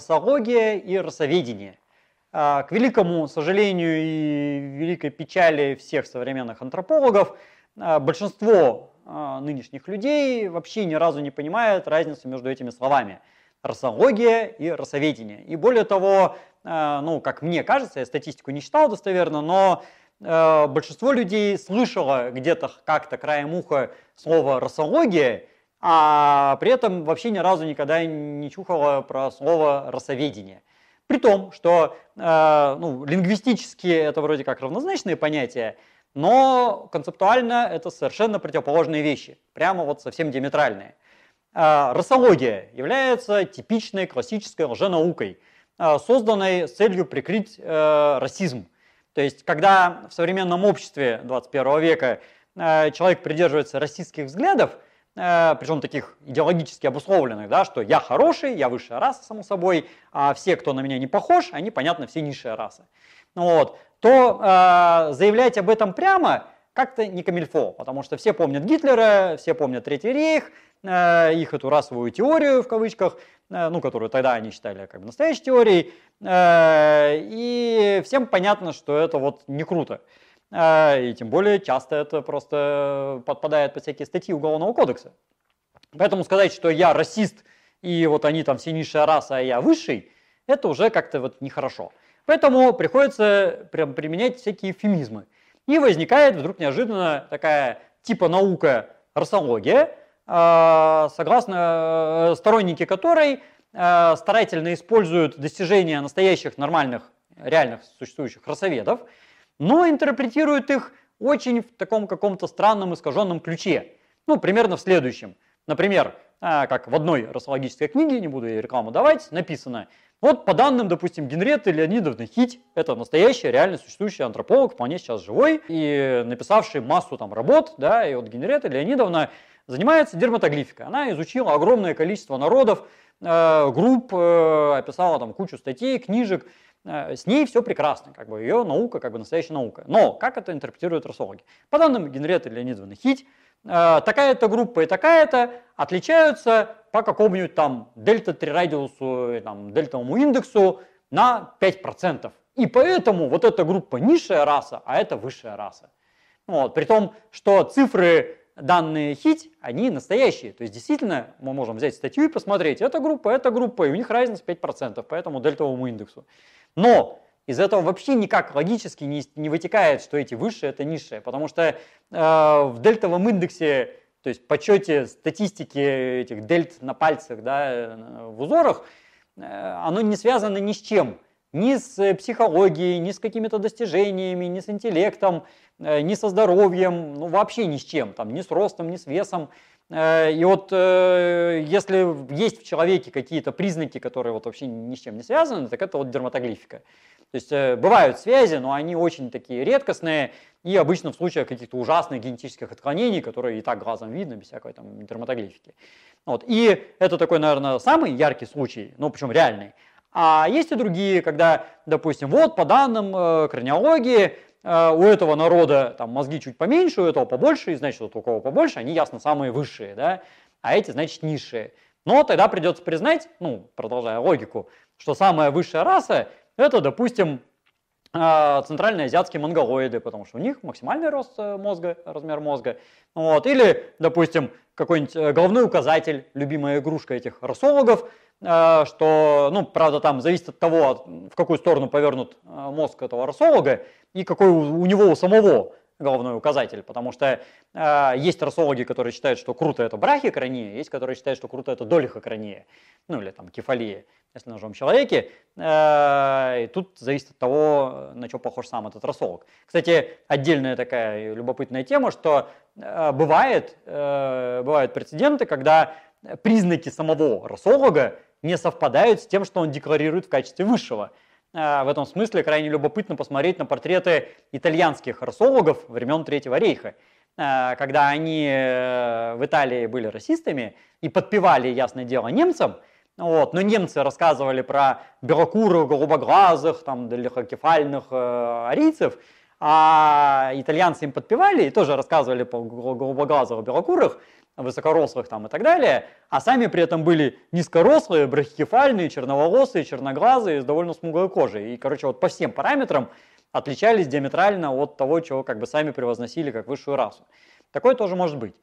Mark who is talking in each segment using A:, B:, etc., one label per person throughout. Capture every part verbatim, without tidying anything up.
A: расология и расоведение. К великому сожалению и великой печали всех современных антропологов, большинство нынешних людей вообще ни разу не понимает разницу между этими словами. Расология и расоведение. И более того, ну, как мне кажется, я статистику не читал достоверно, но э, большинство людей слышало где-то как-то краем уха слово расология, а при этом вообще ни разу никогда не чухало про слово расоведение. При том, что э, ну, лингвистически это вроде как равнозначные понятия, но концептуально это совершенно противоположные вещи, прямо вот совсем диаметральные. Э, расология является типичной классической лженаукой, э, созданной с целью прикрыть э, расизм. То есть, когда в современном обществе двадцать первого века э, человек придерживается расистских взглядов, причем таких идеологически обусловленных, да, что я хороший, я высшая раса, само собой, а все, кто на меня не похож, они, понятно, все низшая раса. Вот, то э, заявлять об этом прямо как-то не камильфо, потому что все помнят Гитлера, все помнят Третий рейх, э, их эту расовую теорию, в кавычках, э, ну, которую тогда они считали как бы настоящей теорией, э, и всем понятно, что это вот не круто. И тем более часто это просто подпадает под всякие статьи Уголовного кодекса. Поэтому сказать, что я расист, и вот они там все низшая раса, а я высший, это уже как-то вот нехорошо. Поэтому приходится прям применять всякие эвфемизмы. И возникает вдруг неожиданно такая типа наука расология, согласно сторонники которой старательно используют достижения настоящих нормальных, реальных существующих расоведов, но интерпретируют их очень в таком каком-то странном искаженном ключе. Ну, примерно в следующем. Например, как в одной расологической книге, не буду ей рекламу давать, написано, вот по данным, допустим, Генриетты Леонидовны Хить, это настоящий, реально существующий антрополог, вполне сейчас живой, и написавший массу там работ, да, и вот Генриетта Леонидовна занимается дерматоглификой. Она изучила огромное количество народов, э, групп, э, описала там кучу статей, книжек. С ней все прекрасно, как бы ее наука, как бы настоящая наука. Но как это интерпретируют расологи? По данным Генриетты Леонидовны Хить, такая-то группа и такая-то отличаются по какому-нибудь там дельта-три радиусу, там, дельтовому индексу на пять процентов. И поэтому вот эта группа низшая раса, а это высшая раса. Вот. При том, что цифры, данные Хить, они настоящие. То есть действительно мы можем взять статью и посмотреть, эта группа, эта группа, и у них разница пять процентов по этому дельтовому индексу. Но из этого вообще никак логически не, не вытекает, что эти высшие это низшие, потому что э, в дельтовом индексе, то есть подсчете статистики этих дельт на пальцах, да, в узорах, э, оно не связано ни с чем, ни с психологией, ни с какими-то достижениями, ни с интеллектом, э, ни со здоровьем, ну вообще ни с чем, там, ни с ростом, ни с весом. И вот э, если есть в человеке какие-то признаки, которые вот вообще ни с чем не связаны, так это вот дерматоглифика. То есть э, бывают связи, но они очень такие редкостные и обычно в случаях каких-то ужасных генетических отклонений, которые и так глазом видно, без всякой там дерматоглифики. Вот. И это такой, наверное, самый яркий случай, ну причем реальный. А есть и другие, когда, допустим, вот по данным э, краниологии, у этого народа там мозги чуть поменьше, у этого побольше, и значит, вот у кого побольше, они ясно самые высшие, да, а эти, значит, низшие. Но тогда придется признать, ну, продолжая логику, что самая высшая раса это, допустим, центральноазиатские монголоиды, потому что у них максимальный рост мозга, размер мозга. Вот. Или, допустим, какой-нибудь головной указатель, любимая игрушка этих расологов, что, ну, правда, там зависит от того, в какую сторону повернут мозг этого расолога и какой у него у самого головной указатель, потому что э, есть расологи, которые считают, что круто это брахиокрания, есть, которые считают, что круто это долихокрания, ну или там кефалия, если на живом человеке. Э, и тут зависит от того, на что похож сам этот расолог. Кстати, отдельная такая любопытная тема, что э, бывает, э, бывают прецеденты, когда признаки самого расолога не совпадают с тем, что он декларирует в качестве высшего. В этом смысле крайне любопытно посмотреть на портреты итальянских расологов времен Третьего рейха, когда они в Италии были расистами и подпевали, ясное дело, немцам, вот, но немцы рассказывали про белокурых, голубоглазых, там, далекокефальных э, арийцев, а итальянцы им подпевали и тоже рассказывали по голубоглазых, белокурых, высокорослых там и так далее, а сами при этом были низкорослые, брахикефальные, черноволосые, черноглазые, с довольно смуглой кожей. И, короче, вот по всем параметрам отличались диаметрально от того, чего как бы сами превозносили как высшую расу. Такое тоже может быть.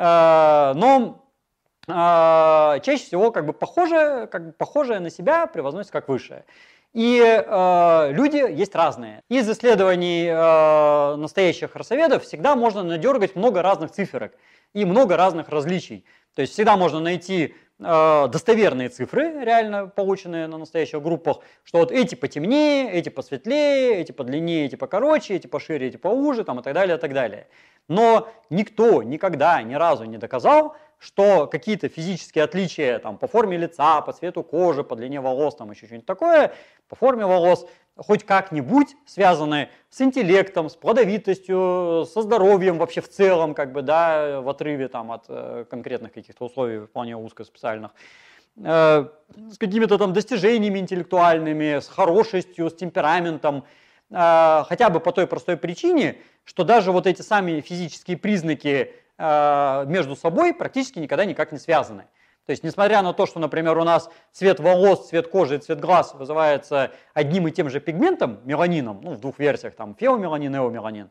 A: Но чаще всего как бы похожее, как бы похожее на себя превозносится как высшее. И э, люди есть разные. Из исследований э, настоящих расоведов всегда можно надергать много разных циферок и много разных различий. То есть всегда можно найти э, достоверные цифры, реально полученные на настоящих группах, что вот эти потемнее, эти посветлее, эти подлиннее, эти покороче, эти пошире, эти поуже, там, и так далее, и так далее. Но никто никогда ни разу не доказал, что какие-то физические отличия там, по форме лица, по цвету кожи, по длине волос, там еще что-нибудь такое, по форме волос, хоть как-нибудь связаны с интеллектом, с плодовитостью, со здоровьем вообще в целом, как бы, да, в отрыве там, от э, конкретных каких-то условий вполне узкоспециальных, э, с какими-то там достижениями интеллектуальными, с хорошестью, с темпераментом, э, хотя бы по той простой причине, что даже вот эти сами физические признаки э, между собой практически никогда никак не связаны. То есть, несмотря на то, что, например, у нас цвет волос, цвет кожи и цвет глаз вызывается одним и тем же пигментом, меланином, ну, в двух версиях, там, феомеланин, эомеланин,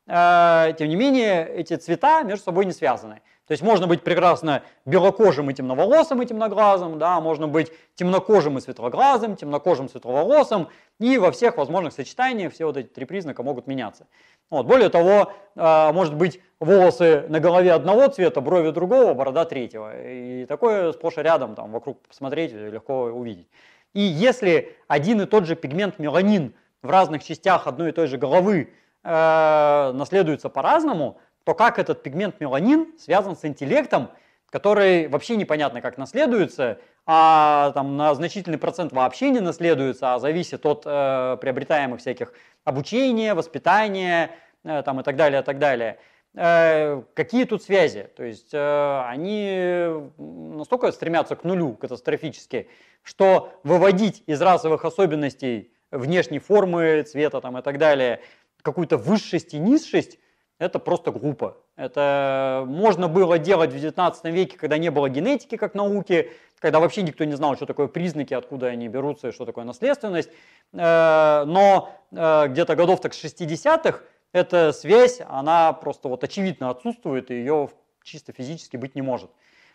A: э, тем не менее, эти цвета между собой не связаны. То есть, можно быть прекрасно белокожим и темноволосым и темноглазым, да, можно быть темнокожим и светлоглазым, темнокожим и светловолосым, и во всех возможных сочетаниях все вот эти три признака могут меняться. Вот. Более того, э, может быть волосы на голове одного цвета, брови другого, борода третьего. И такое сплошь и рядом, там, вокруг посмотреть, легко увидеть. И если один и тот же пигмент меланин в разных частях одной и той же головы э, наследуется по-разному, то как этот пигмент меланин связан с интеллектом, который вообще непонятно как наследуется, а там на значительный процент вообще не наследуется, а зависит от э, приобретаемых всяких обучения, воспитания э, там, и так далее, и так далее. Э, какие тут связи? То есть э, они настолько стремятся к нулю катастрофически, что выводить из расовых особенностей внешней формы, цвета там, и так далее какую-то высшесть и низшесть, это просто глупо. Это можно было делать в девятнадцатом веке, когда не было генетики как науки, когда вообще никто не знал, что такое признаки, откуда они берутся и что такое наследственность. Но где-то годов так с шестидесятых эта связь, она просто вот очевидно отсутствует, и ее чисто физически быть не может.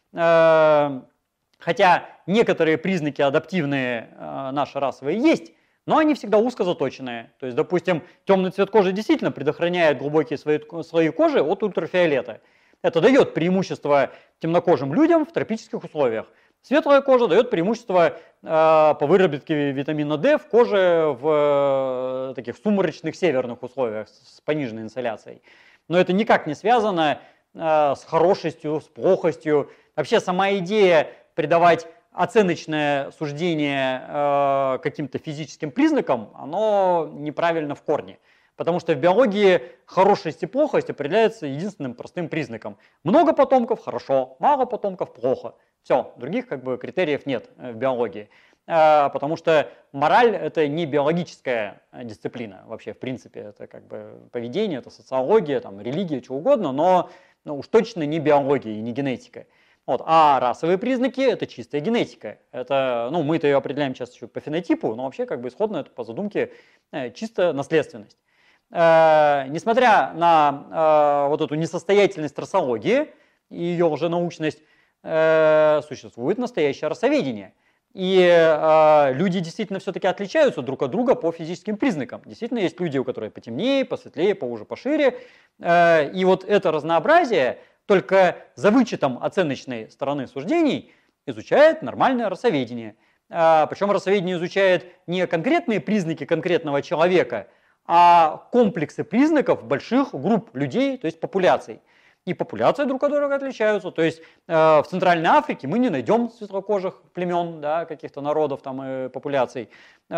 A: Хотя некоторые признаки адаптивные наши расовые есть, но они всегда узко заточенные. То есть, допустим, темный цвет кожи действительно предохраняет глубокие слои, слои кожи от ультрафиолета. Это дает преимущество темнокожим людям в тропических условиях. Светлая кожа дает преимущество э, по выработке витамина D в коже в э, таких сумрачных северных условиях с пониженной инсоляцией. Но это никак не связано э, с хорошестью, с плохостью. Вообще сама идея придавать оценочное суждение э, каким-то физическим признакам, оно неправильно в корне. Потому что в биологии хорошесть и плохость определяется единственным простым признаком. Много потомков – хорошо, мало потомков – плохо. Все, других как бы критериев нет в биологии. Э, потому что мораль – это не биологическая дисциплина вообще, в принципе. Это как бы поведение, это социология, там, религия, что угодно, но ну, уж точно не биология и не генетика. Вот. А расовые признаки – это чистая генетика. Это, ну, мы-то ее определяем сейчас еще по фенотипу, но вообще как бы исходно это по задумке э, чисто наследственность. Э, несмотря на э, вот эту несостоятельность расологии и ее лженаучность, э, существует настоящее расоведение. И э, люди действительно все-таки отличаются друг от друга по физическим признакам. Действительно есть люди, у которых потемнее, посветлее, поуже, пошире. Э, и вот это разнообразие только за вычетом оценочной стороны суждений изучает нормальное расоведение. Причем расоведение изучает не конкретные признаки конкретного человека, а комплексы признаков больших групп людей, то есть популяций. И популяции друг от друга отличаются. То есть в Центральной Африке мы не найдем светлокожих племен, да, каких-то народов там, и популяций.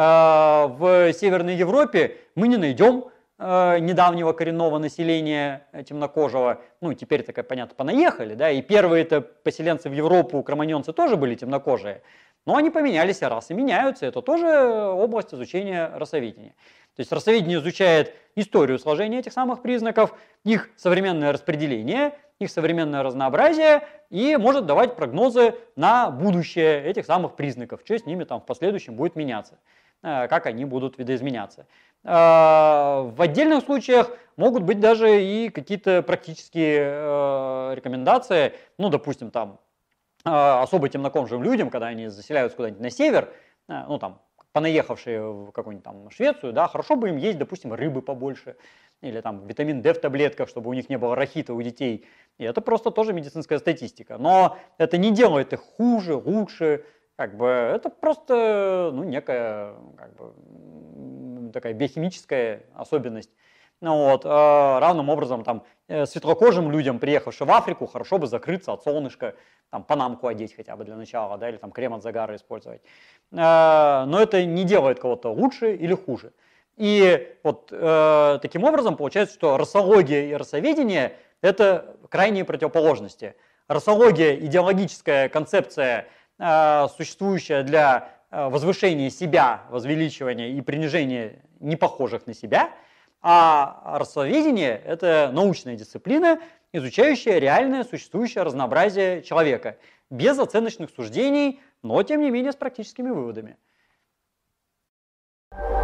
A: В Северной Европе мы не найдем недавнего коренного населения темнокожего, ну теперь так понятно, понаехали, да, и первые-то поселенцы в Европу, кроманьонцы, тоже были темнокожие, Но они поменялись, а расы меняются. Это тоже область изучения расоведения. То есть расоведение изучает историю сложения этих самых признаков, их современное распределение, их современное разнообразие и может давать прогнозы на будущее этих самых признаков, что с ними там в последующем будет меняться, как они будут видоизменяться. В отдельных случаях могут быть даже и какие-то практические рекомендации, ну, допустим, там, особо темнокожим людям, когда они заселяются куда-нибудь на север, ну, там, понаехавшие в какую-нибудь там Швецию, да, хорошо бы им есть, допустим, рыбы побольше, или там витамин дэ в таблетках, чтобы у них не было рахита у детей. И это просто тоже медицинская статистика. Но это не делает их хуже, лучше. Как бы это просто, ну, некая, как бы, такая биохимическая особенность. Ну, вот, э, равным образом там э, светлокожим людям, приехавшим в Африку, хорошо бы закрыться от солнышка, там панамку одеть хотя бы для начала, да, или там крем от загара использовать. Э, но это не делает кого-то лучше или хуже. И вот э, таким образом получается, что расология и расоведение – это крайние противоположности. Расология – идеологическая концепция, э, существующая для э, возвышения себя, возвеличивания и принижения непохожих на себя, а расоведение – это научная дисциплина, изучающая реальное существующее разнообразие человека, без оценочных суждений, но тем не менее с практическими выводами.